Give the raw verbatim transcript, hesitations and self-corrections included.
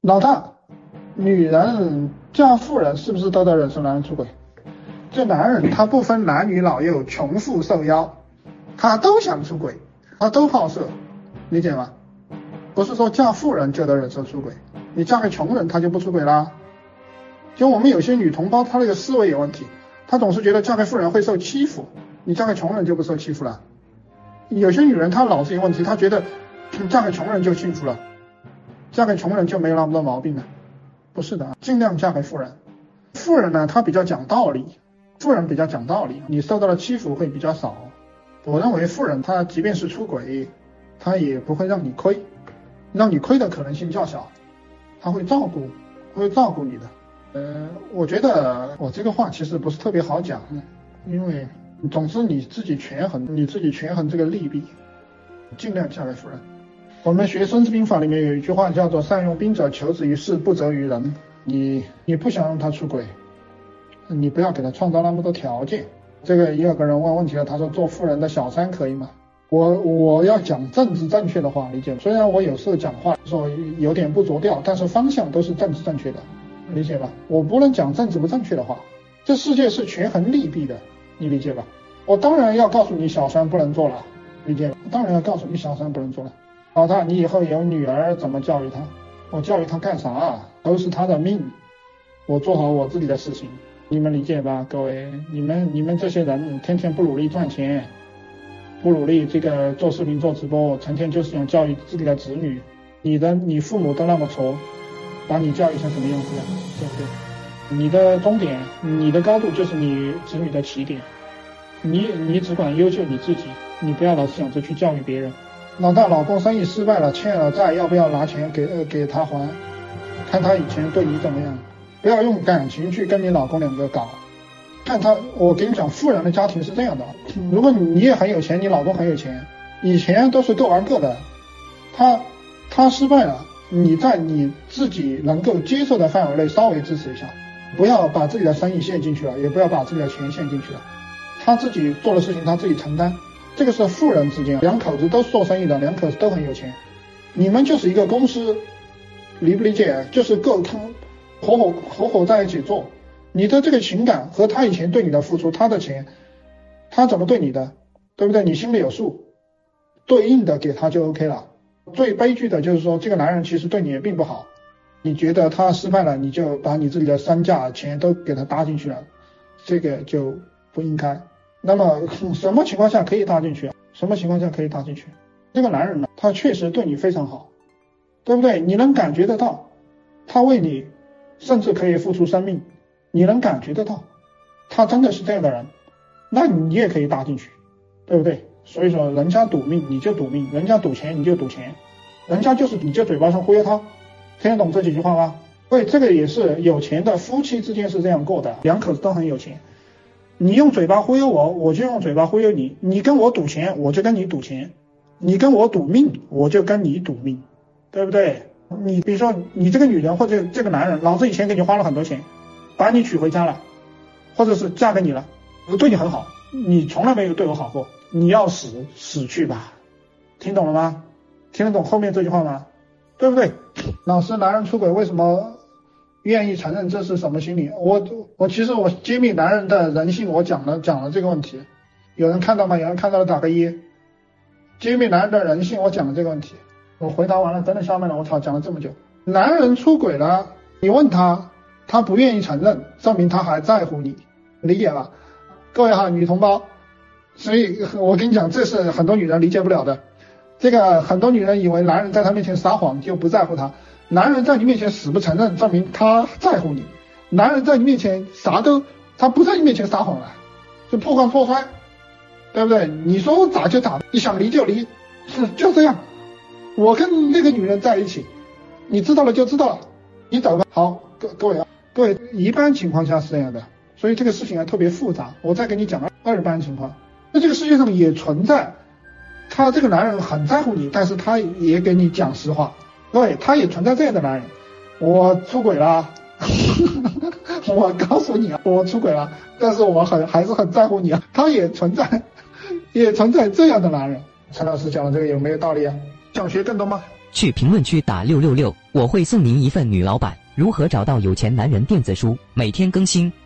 老大，女人嫁妇人是不是都得忍受男人出轨？这男人他不分男女老幼，穷富瘦妖，他都想出轨，他都好色，理解吗？不是说嫁妇人就得忍受出轨，你嫁给穷人他就不出轨啦。就我们有些女同胞，她那个思维有问题，她总是觉得嫁给富人会受欺负，你嫁给穷人就不受欺负了。有些女人她脑子有问题，她觉得嫁给穷人就幸福了，嫁给穷人就没有那么多毛病了。不是的，尽量嫁给富人。富人呢，她比较讲道理，富人比较讲道理，你受到的欺负会比较少。我认为富人她即便是出轨，她也不会让你亏，让你亏的可能性较小，她会照顾，会照顾你的。呃，我觉得我这个话其实不是特别好讲，因为总之你自己权衡，你自己权衡这个利弊，尽量嫁给富人。我们学《孙子兵法》里面有一句话叫做善用兵者，求之于事，不责于人。你你不想让他出轨，你不要给他创造那么多条件。这个也有个人问问题了，他说做富人的小三可以吗？我我要讲政治正确的话，理解吗？虽然我有时候讲话说有点不着调，但是方向都是政治正确的，理解吧？我不能讲政治不正确的话。这世界是权衡利弊的，你理解吧？我当然要告诉你小三不能做了，理解吧？当然要告诉你小三不能做了。老大，你以后有女儿怎么教育她？我教育她干啥？都是她的命，我做好我自己的事情，你们理解吧？各位，你们你们这些人天天不努力赚钱，不努力这个做视频做直播，成天就是想教育自己的子女，你的你父母都那么挫，把你教育成什么样子呀？对不对？你的终点，你的高度就是你子女的起点，你你只管优秀你自己，你不要老是想着去教育别人。老大，老公生意失败了，欠了债，要不要拿钱给呃给他还？看他以前对你怎么样，不要用感情去跟你老公两个搞。看他，我跟你讲，富人的家庭是这样的，如果你也很有钱，你老公很有钱，以前都是各玩各的，他他失败了，你在你自己能够接受的范围内稍微支持一下，不要把自己的生意陷进去了，也不要把自己的钱陷进去了，他自己做的事情他自己承担。这个是富人之间，两口子都是做生意的，两口子都很有钱，你们就是一个公司，理不理解？就是各合伙合伙在一起做，你的这个情感和他以前对你的付出，他的钱他怎么对你的，对不对？你心里有数，对应的给他就 OK 了。最悲剧的就是说，这个男人其实对你也并不好，你觉得他失败了，你就把你自己的身价钱都给他搭进去了，这个就不应该。那么什么情况下可以搭进去？什么情况下可以搭进去？这个男人呢，他确实对你非常好，对不对？你能感觉得到，他为你甚至可以付出生命，你能感觉得到，他真的是这样的人，那你也可以搭进去，对不对？所以说，人家赌命你就赌命，人家赌钱你就赌钱，人家就是你就嘴巴上忽悠他，听得懂这几句话吗？所以这个也是有钱的夫妻之间是这样过的，两口子都很有钱。你用嘴巴忽悠我，我就用嘴巴忽悠你，你跟我赌钱，我就跟你赌钱，你跟我赌命，我就跟你赌命，对不对？你比如说你这个女人或者这个男人，老子以前给你花了很多钱，把你娶回家了，或者是嫁给你了，我对你很好，你从来没有对我好过，你要死死去吧，听懂了吗？听得懂后面这句话吗？对不对？老师，男人出轨为什么愿意承认，这是什么心理？我我其实我揭秘男人的人性，我讲了讲了这个问题，有人看到吗？有人看到了打个一。揭秘男人的人性，我讲了这个问题，我回答完了，真的下面了，我操，讲了这么久。男人出轨了，你问他，他不愿意承认，证明他还在乎你，理解吧？各位哈，女同胞，所以我跟你讲，这是很多女人理解不了的。这个很多女人以为男人在她面前撒谎就不在乎她。男人在你面前死不承认，证明他在乎你。男人在你面前啥都，他不在你面前撒谎了，就破罐破摔，对不对？你说我咋就咋，你想离就离，是就这样。我跟那个女人在一起，你知道了就知道了，你走吧。好，各各位啊，各位，一般情况下是这样的，所以这个事情啊特别复杂。我再给你讲二般情况，那这个世界上也存在，他这个男人很在乎你，但是他也给你讲实话。对，他也存在这样的男人，我出轨了，我告诉你啊，我出轨了，但是我很还是很在乎你啊。他也存在，也存在这样的男人。陈老师讲的这个有没有道理啊？想学更多吗？ 去评论区打六六六，我会送您一份女老板如何找到有钱男人电子书，每天更新。